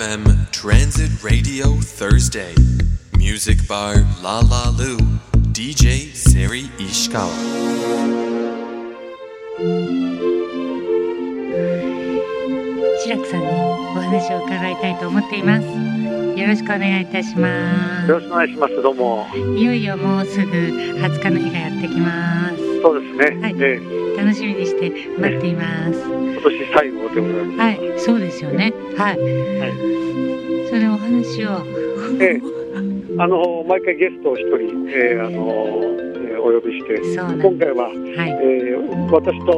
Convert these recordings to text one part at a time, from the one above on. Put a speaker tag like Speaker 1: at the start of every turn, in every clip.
Speaker 1: FM Transit Radio Thursday Music Bar La La Lu DJ Seri Ishikawa。
Speaker 2: 志らくさんにお話を伺いたいと思っています。よろしくお願いいたします。
Speaker 3: よろしくお願いします。どうも。
Speaker 2: いよいよもうすぐ20日の日がやってきます。
Speaker 3: そうですね。
Speaker 2: はい、楽しみにして待っています。
Speaker 3: 今年最後でございます。
Speaker 2: はい、そうですよね。はい。はい、それでお話を。
Speaker 3: 毎回ゲストを一人、お呼びして、今回は、私と、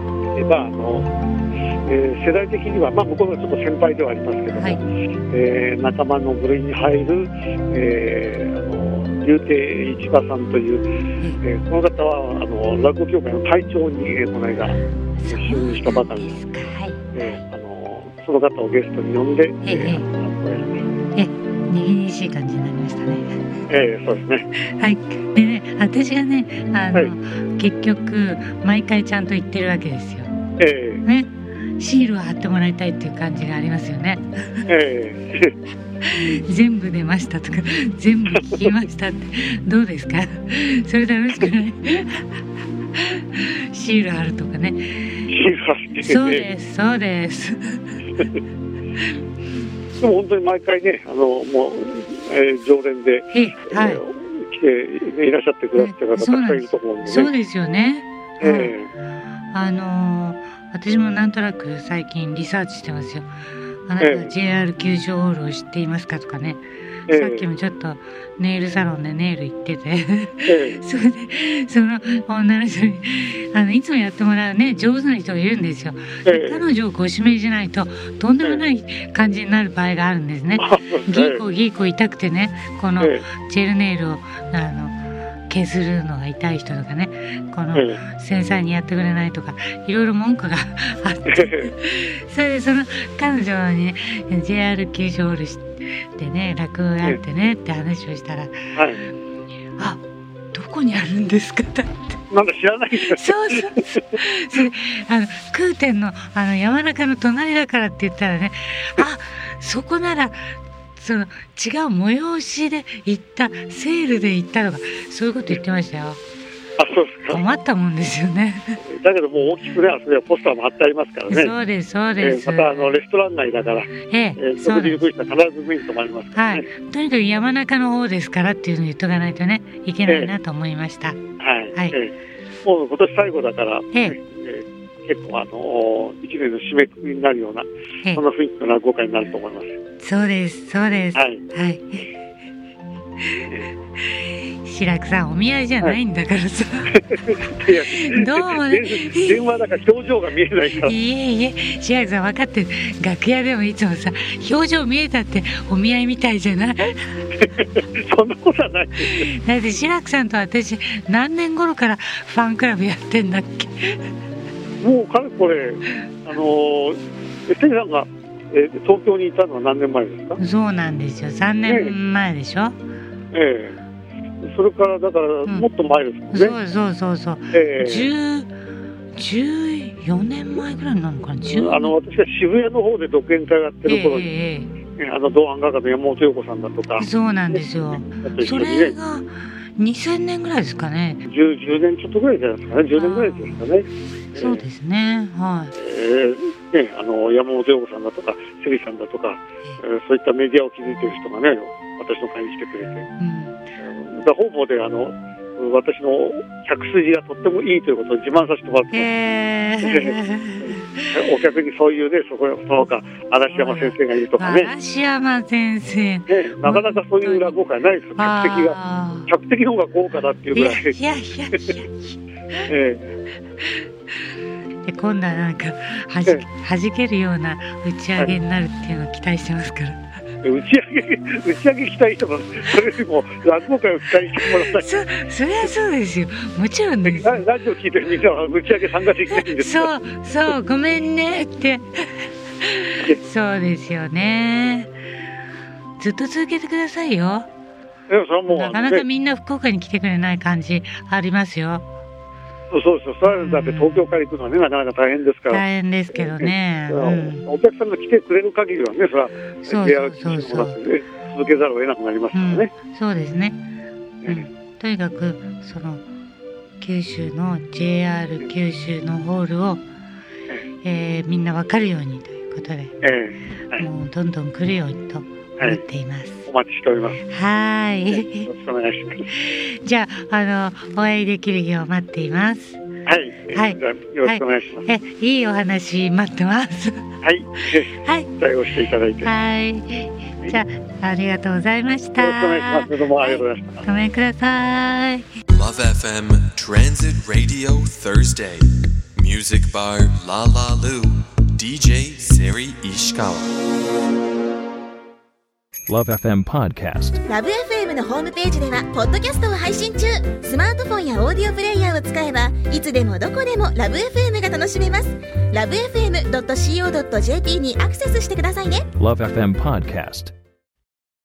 Speaker 3: 世代的には、向こうがちょっと先輩ではありますけども、仲間の部類に入る、竜亭市場さんという、この方は落語協会の会長に、この間就任したばかりです。その方をゲストに呼んで、
Speaker 2: にぎにしい感じになりましたね。
Speaker 3: そうですね。
Speaker 2: はい。でね、私がね、結局毎回ちゃんと言ってるわけですよ。ね、シールを貼ってもらいたいっていう感じがありますよね。全部出ましたとか、全部聞きましたってどうですか？それ楽しくない？シール貼るとかね。シ
Speaker 3: ール貼って。
Speaker 2: そうです、そうです。
Speaker 3: でも本当に毎回ね、もう、常連で、来ていらっしゃってくださってる方たくさんいると思うんでね。
Speaker 2: そうですよね。私もなんとなく最近リサーチしてますよ。あなたは JR 球場ホールを知っていますかとかね。さっきもちょっとネイルサロンでネイル行ってて、それでその女の人にいつもやってもらうね上手な人がいるんですよ。彼女をご指名しないととんでもない感じになる場合があるんですね。ギーコ痛くてね、このジェルネイルを削るのが痛い人とかね、この繊細にやってくれないとかいろいろ文句があってそれでその彼女にね JR 球場ホールでね落語があってねって話をしたら、あ、どこにあるんですかだって
Speaker 3: なんだ知らないですか。
Speaker 2: そうそれ空天の山中の隣だからって言ったらね、あ、そこならその違う催しで行ったセールで行ったとかそういうこと言ってましたよ。
Speaker 3: あ、そうですか。
Speaker 2: 困ったもんですよね。
Speaker 3: だけどもう大きくね、あそこではポスターも貼ってありますからね。
Speaker 2: そうですそうです。
Speaker 3: またレストラン街だから、食事に来る人は必ず目に留まりますからね。
Speaker 2: とにかく山中の方ですからっていうのを言っとかないとねいけないなと思いました。
Speaker 3: もう今年最後だから、結構一年の締めくくりになるようなそんな雰囲気の落語会になると思います。
Speaker 2: そうですそうです。志らくさんお見合いじゃないんだからさ、どうもね
Speaker 3: 電話だから表情が見えないから。
Speaker 2: いえ志らくさん分かってる。楽屋でもいつもさ表情見えたってお見合いみたいじゃない？
Speaker 3: そんなことはない
Speaker 2: だって志らくさんと私何年頃からファンクラブやってんだっけ？
Speaker 3: もうかれこれ関さんが、東京にいたのは何年前ですか？
Speaker 2: そうなんですよ、3年前でしょ。
Speaker 3: それからだからもっと前ですもんね。
Speaker 2: そう、14年前ぐらいなのかな。私
Speaker 3: が渋谷の方で独演会やってる頃に、同案画家の山本陽子さんだとか。
Speaker 2: そうなんですよ。それが2000年ぐらいですかね。
Speaker 3: 10年ちょっとぐらいじゃないですかね。10年ぐらいですかね。
Speaker 2: そうですね。
Speaker 3: 山本陽子さんだとか関さんだとか、そういったメディアを築いている人がね私の会に来てくれて、方々で私の客筋がとってもいいということを自慢させてもらってます。お客にそういうね、その他嵐山先生がいるとかね。
Speaker 2: 嵐山先生、
Speaker 3: なかなかそういう落語会ないですよ。客席の方が豪華だっていうぐらい。で今度はなんか弾けるような打ち上げになるっていうのを期待してますから。打ち上げ期待してます。それよりも落語会を期待してもらいたい。
Speaker 2: それはそうですよ。もちろんです。
Speaker 3: ラジオ聞いてるみんなは打ち上げ参加できないんですか？
Speaker 2: そうごめんねってそうですよね。ずっと続けてくださいよ。なかなかみんな福岡に来てくれない感じありますよ。
Speaker 3: そうですよ。それはだって東京から行くのはね、なかなか大変ですから。
Speaker 2: 大変ですけどね。
Speaker 3: お客さんが来てくれる限りはね、それは続けざるを得なくなりますからね。
Speaker 2: そうですね。とにかくその九州の JR 九州のホールを、みんな分かるようにということで、もうどんどん来るようにと思っています。
Speaker 3: お待ちしております。
Speaker 2: はい。
Speaker 3: よろしくお願いします。
Speaker 2: じゃあお会いできる日を待っています。
Speaker 3: はい。はい。よろしくお願いします。
Speaker 2: いいお話待ってます。
Speaker 3: はい。はい。対応していただいて。
Speaker 2: はい。じゃあありがとうございました。
Speaker 3: よろしくお願いします。どうもありがとうございました。
Speaker 2: ごめんください。
Speaker 1: Love FM Transit Radio Thursday Music Bar La La Lu DJ Seri Ishikawa。Love FM Podcast。Love
Speaker 4: FM のホームページではポッドキャストを配信中。スマートフォンやオーディオプレイヤーを使えばいつでもどこでもLove FMが楽しめます。LoveFM.co.jp にアクセスしてくださいね。
Speaker 1: Love FM Podcast。